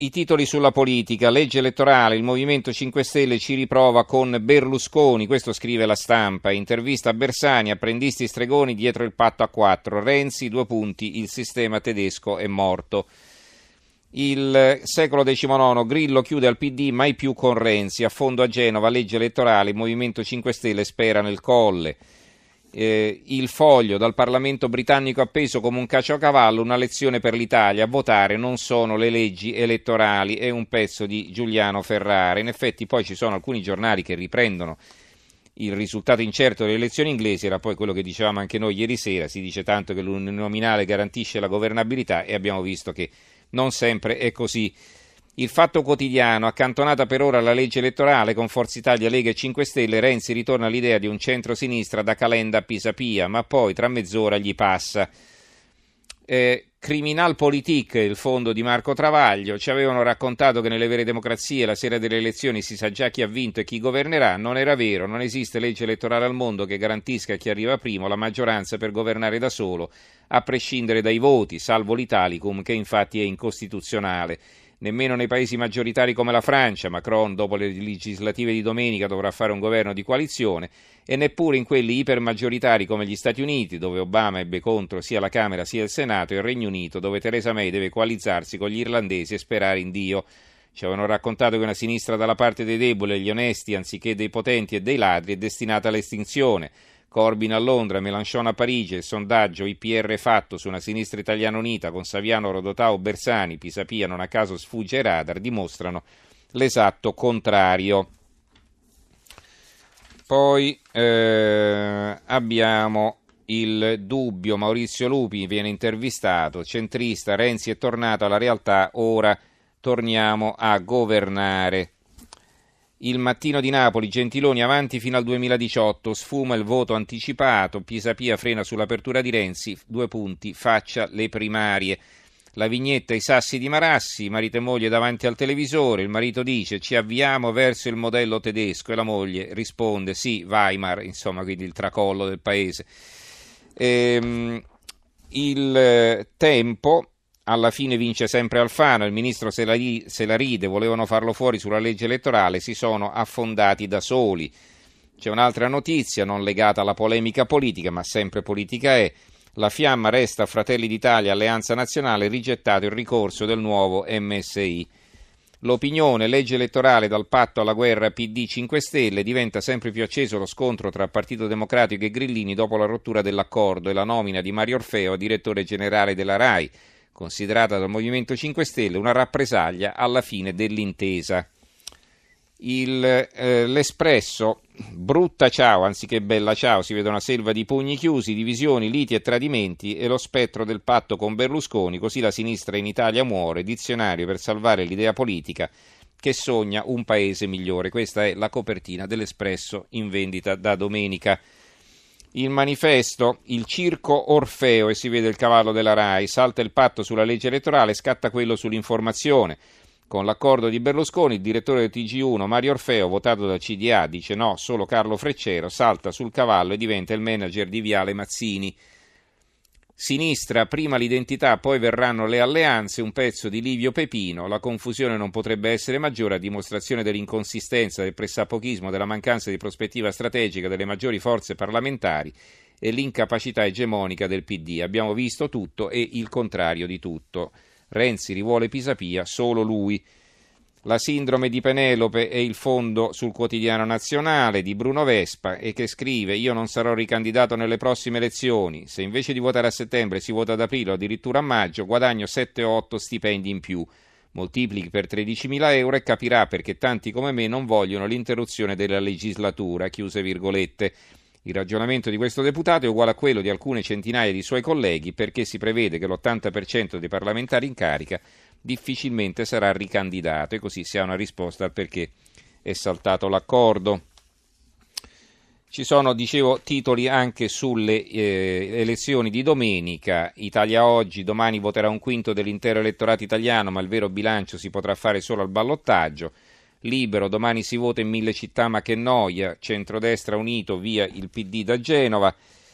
I titoli sulla politica, legge elettorale, il Movimento 5 Stelle ci riprova con Berlusconi, questo scrive La Stampa, intervista a Bersani, apprendisti stregoni dietro il patto a 4, Renzi, 2 punti, il sistema tedesco è morto. Il secolo XIX, Grillo chiude al PD, mai più con Renzi, affondo a Genova, legge elettorale, il Movimento 5 Stelle spera nel Colle. Il Foglio, dal Parlamento britannico appeso come un caciocavallo, una lezione per l'Italia, a votare non sono le leggi elettorali, è un pezzo di Giuliano Ferrara. In effetti poi ci sono alcuni giornali che riprendono il risultato incerto delle elezioni inglesi, era poi quello che dicevamo anche noi ieri sera, si dice tanto che l'uninominale garantisce la governabilità e abbiamo visto che non sempre è così. Il Fatto Quotidiano, accantonata per ora la legge elettorale con Forza Italia, Lega e 5 Stelle, Renzi ritorna all'idea di un centro-sinistra da Calenda a Pisapia, ma poi tra mezz'ora gli passa. Criminalpolitik, il fondo di Marco Travaglio, ci avevano raccontato che nelle vere democrazie la sera delle elezioni si sa già chi ha vinto e chi governerà, non era vero, non esiste legge elettorale al mondo che garantisca a chi arriva primo la maggioranza per governare da solo, a prescindere dai voti, salvo l'Italicum che infatti è incostituzionale. Nemmeno nei paesi maggioritari come la Francia, Macron dopo le legislative di domenica dovrà fare un governo di coalizione, e neppure in quelli ipermaggioritari come gli Stati Uniti, dove Obama ebbe contro sia la Camera sia il Senato, e il Regno Unito, dove Theresa May deve coalizzarsi con gli irlandesi e sperare in Dio. Ci avevano raccontato che una sinistra dalla parte dei deboli e degli onesti, anziché dei potenti e dei ladri, è destinata all'estinzione. Corbyn a Londra, Mélenchon a Parigi, il sondaggio IPR fatto su una sinistra italiana unita con Saviano, Rodotà o Bersani, Pisapia non a caso sfugge ai radar, dimostrano l'esatto contrario. Poi abbiamo il dubbio, Maurizio Lupi viene intervistato, centrista, Renzi è tornato alla realtà, ora torniamo a governare. Il Mattino di Napoli, Gentiloni avanti fino al 2018, sfuma il voto anticipato, Pisapia frena sull'apertura di Renzi, 2 punti, faccia le primarie. La vignetta I sassi di Marassi, marito e moglie davanti al televisore, il marito dice ci avviamo verso il modello tedesco e la moglie risponde sì, Weimar, insomma quindi il tracollo del paese. Il Tempo, alla fine vince sempre Alfano, il ministro se la ride, volevano farlo fuori sulla legge elettorale, si sono affondati da soli. C'è un'altra notizia non legata alla polemica politica, ma sempre politica è, la fiamma resta Fratelli d'Italia, Alleanza Nazionale, rigettato il ricorso del nuovo MSI. L'opinione, legge elettorale dal patto alla guerra PD 5 Stelle, diventa sempre più acceso lo scontro tra Partito Democratico e Grillini dopo la rottura dell'accordo e la nomina di Mario Orfeo, direttore generale della RAI, considerata dal Movimento 5 Stelle una rappresaglia alla fine dell'intesa. L'Espresso, brutta ciao anziché bella ciao, si vede una selva di pugni chiusi, divisioni, liti e tradimenti e lo spettro del patto con Berlusconi, così la sinistra in Italia muore, dizionario per salvare l'idea politica che sogna un paese migliore. Questa è la copertina dell'Espresso in vendita da domenica. Il Manifesto, il circo Orfeo e si vede il cavallo della RAI, salta il patto sulla legge elettorale, scatta quello sull'informazione. Con l'accordo di Berlusconi, il direttore del TG1, Mario Orfeo, votato dal CDA, dice no, solo Carlo Freccero, salta sul cavallo e diventa il manager di Viale Mazzini. Sinistra, prima l'identità, poi verranno le alleanze, un pezzo di Livio Pepino, la confusione non potrebbe essere maggiore a dimostrazione dell'inconsistenza, del pressapochismo, della mancanza di prospettiva strategica delle maggiori forze parlamentari e l'incapacità egemonica del PD. Abbiamo visto tutto e il contrario di tutto. Renzi rivuole Pisapia, solo lui. La sindrome di Penelope è il fondo sul Quotidiano Nazionale di Bruno Vespa e che scrive io non sarò ricandidato nelle prossime elezioni, se invece di votare a settembre si vota ad aprile o addirittura a maggio guadagno 7 o 8 stipendi in più, moltiplichi per 13.000 euro e capirà perché tanti come me non vogliono l'interruzione della legislatura, chiuse virgolette. Il ragionamento di questo deputato è uguale a quello di alcune centinaia di suoi colleghi perché si prevede che l'80% dei parlamentari in carica difficilmente sarà ricandidato e così si ha una risposta al perché è saltato l'accordo. Ci sono, dicevo, titoli anche sulle elezioni di domenica. Italia Oggi, domani voterà un quinto dell'intero elettorato italiano, ma il vero bilancio si potrà fare solo al ballottaggio. Libero, domani si vota in 1000 città ma che noia, centrodestra unito via il PD da Genova.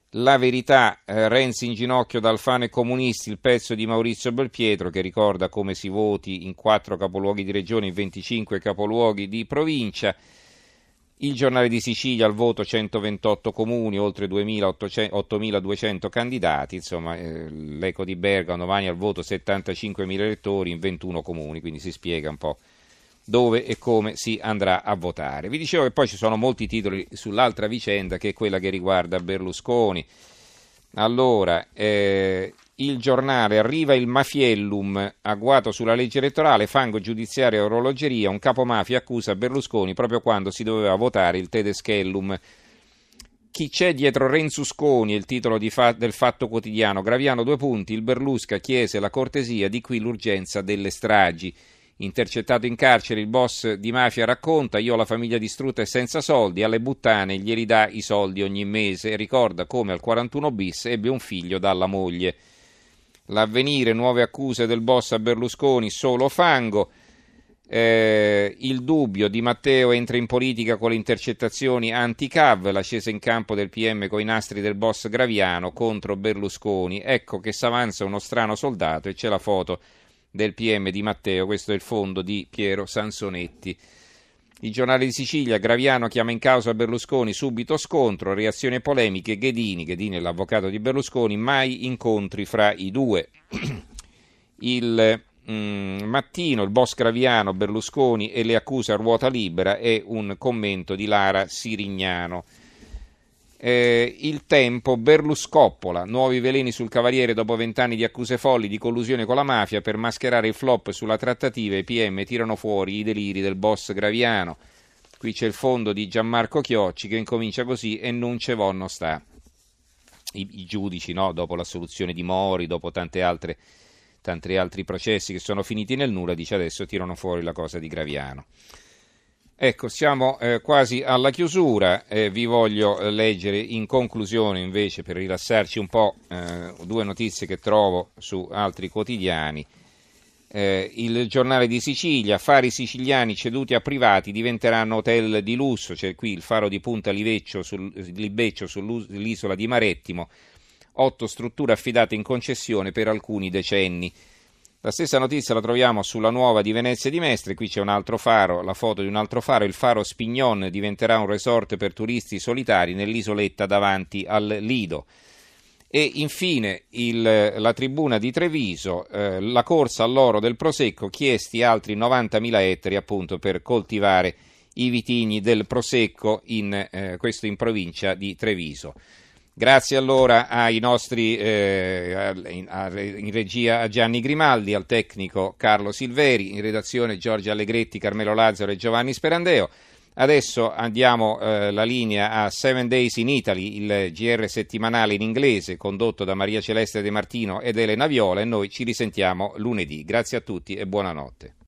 La Verità, Renzi in ginocchio da Alfano e comunisti, il pezzo di Maurizio Belpietro che ricorda come si voti in 4 capoluoghi di regione, in 25 capoluoghi di provincia. Il Giornale di Sicilia, al voto 128 comuni, oltre 8.200 candidati, insomma l'Eco di Bergamo, domani al voto 75.000 elettori in 21 comuni, quindi si spiega un po' dove e come si andrà a votare. Vi dicevo che poi ci sono molti titoli sull'altra vicenda, che è quella che riguarda Berlusconi. Allora, il Giornale, arriva il mafiellum, agguato sulla legge elettorale, fango giudiziario e orologeria, un capomafia accusa Berlusconi proprio quando si doveva votare il Tedeschellum. Chi c'è dietro Renzusconi è il titolo del Fatto Quotidiano. Graviano 2 punti, il Berlusca chiese la cortesia, di qui l'urgenza delle stragi. Intercettato in carcere, il boss di mafia racconta: io ho la famiglia distrutta e senza soldi, alle buttane glieli dà i soldi ogni mese, e ricorda come al 41 bis ebbe un figlio dalla moglie. L'Avvenire, nuove accuse del boss a Berlusconi, solo fango. Il Dubbio, Di Matteo entra in politica con le intercettazioni anti-CAV, la scesa in campo del PM coi nastri del boss Graviano contro Berlusconi. Ecco che s'avanza uno strano soldato, e c'è la foto del PM Di Matteo. Questo è il fondo di Piero Sansonetti. Il Giornale di Sicilia, Graviano chiama in causa Berlusconi, subito scontro, reazioni e polemiche, Ghedini è l'avvocato di Berlusconi, mai incontri fra i due. Il Mattino, il boss Graviano, Berlusconi e le accuse a ruota libera, è un commento di Lara Sirignano. Il Tempo, Berluscoppola, nuovi veleni sul Cavaliere dopo 20 anni di accuse folli di collusione con la mafia, per mascherare il flop sulla trattativa i PM tirano fuori i deliri del boss Graviano. Qui c'è il fondo di Gianmarco Chiocci che incomincia così: e non ce vonno sta. I giudici, no, dopo l'assoluzione di Mori, dopo tanti altri processi che sono finiti nel nulla, dice adesso tirano fuori la cosa di Graviano. Ecco, siamo quasi alla chiusura, vi voglio leggere in conclusione invece, per rilassarci un po', 2 notizie che trovo su altri quotidiani. Il Giornale di Sicilia, fari siciliani ceduti a privati diventeranno hotel di lusso, c'è qui il faro di Punta Libeccio sull'isola di Marettimo, 8 strutture affidate in concessione per alcuni decenni. La stessa notizia la troviamo sulla Nuova di Venezia di Mestre, qui c'è un altro faro, la foto di un altro faro, il faro Spignon diventerà un resort per turisti solitari nell'isoletta davanti al Lido. E infine la Tribuna di Treviso, la corsa all'oro del Prosecco, chiesti altri 90.000 ettari appunto per coltivare i vitigni del Prosecco, questo in provincia di Treviso. Grazie allora ai nostri, in regia a Gianni Grimaldi, al tecnico Carlo Silveri, in redazione Giorgia Allegretti, Carmelo Lazzaro e Giovanni Sperandeo. Adesso andiamo la linea a 7 Days in Italy, il GR settimanale in inglese, condotto da Maria Celeste De Martino ed Elena Viola, e noi ci risentiamo lunedì. Grazie a tutti e buonanotte.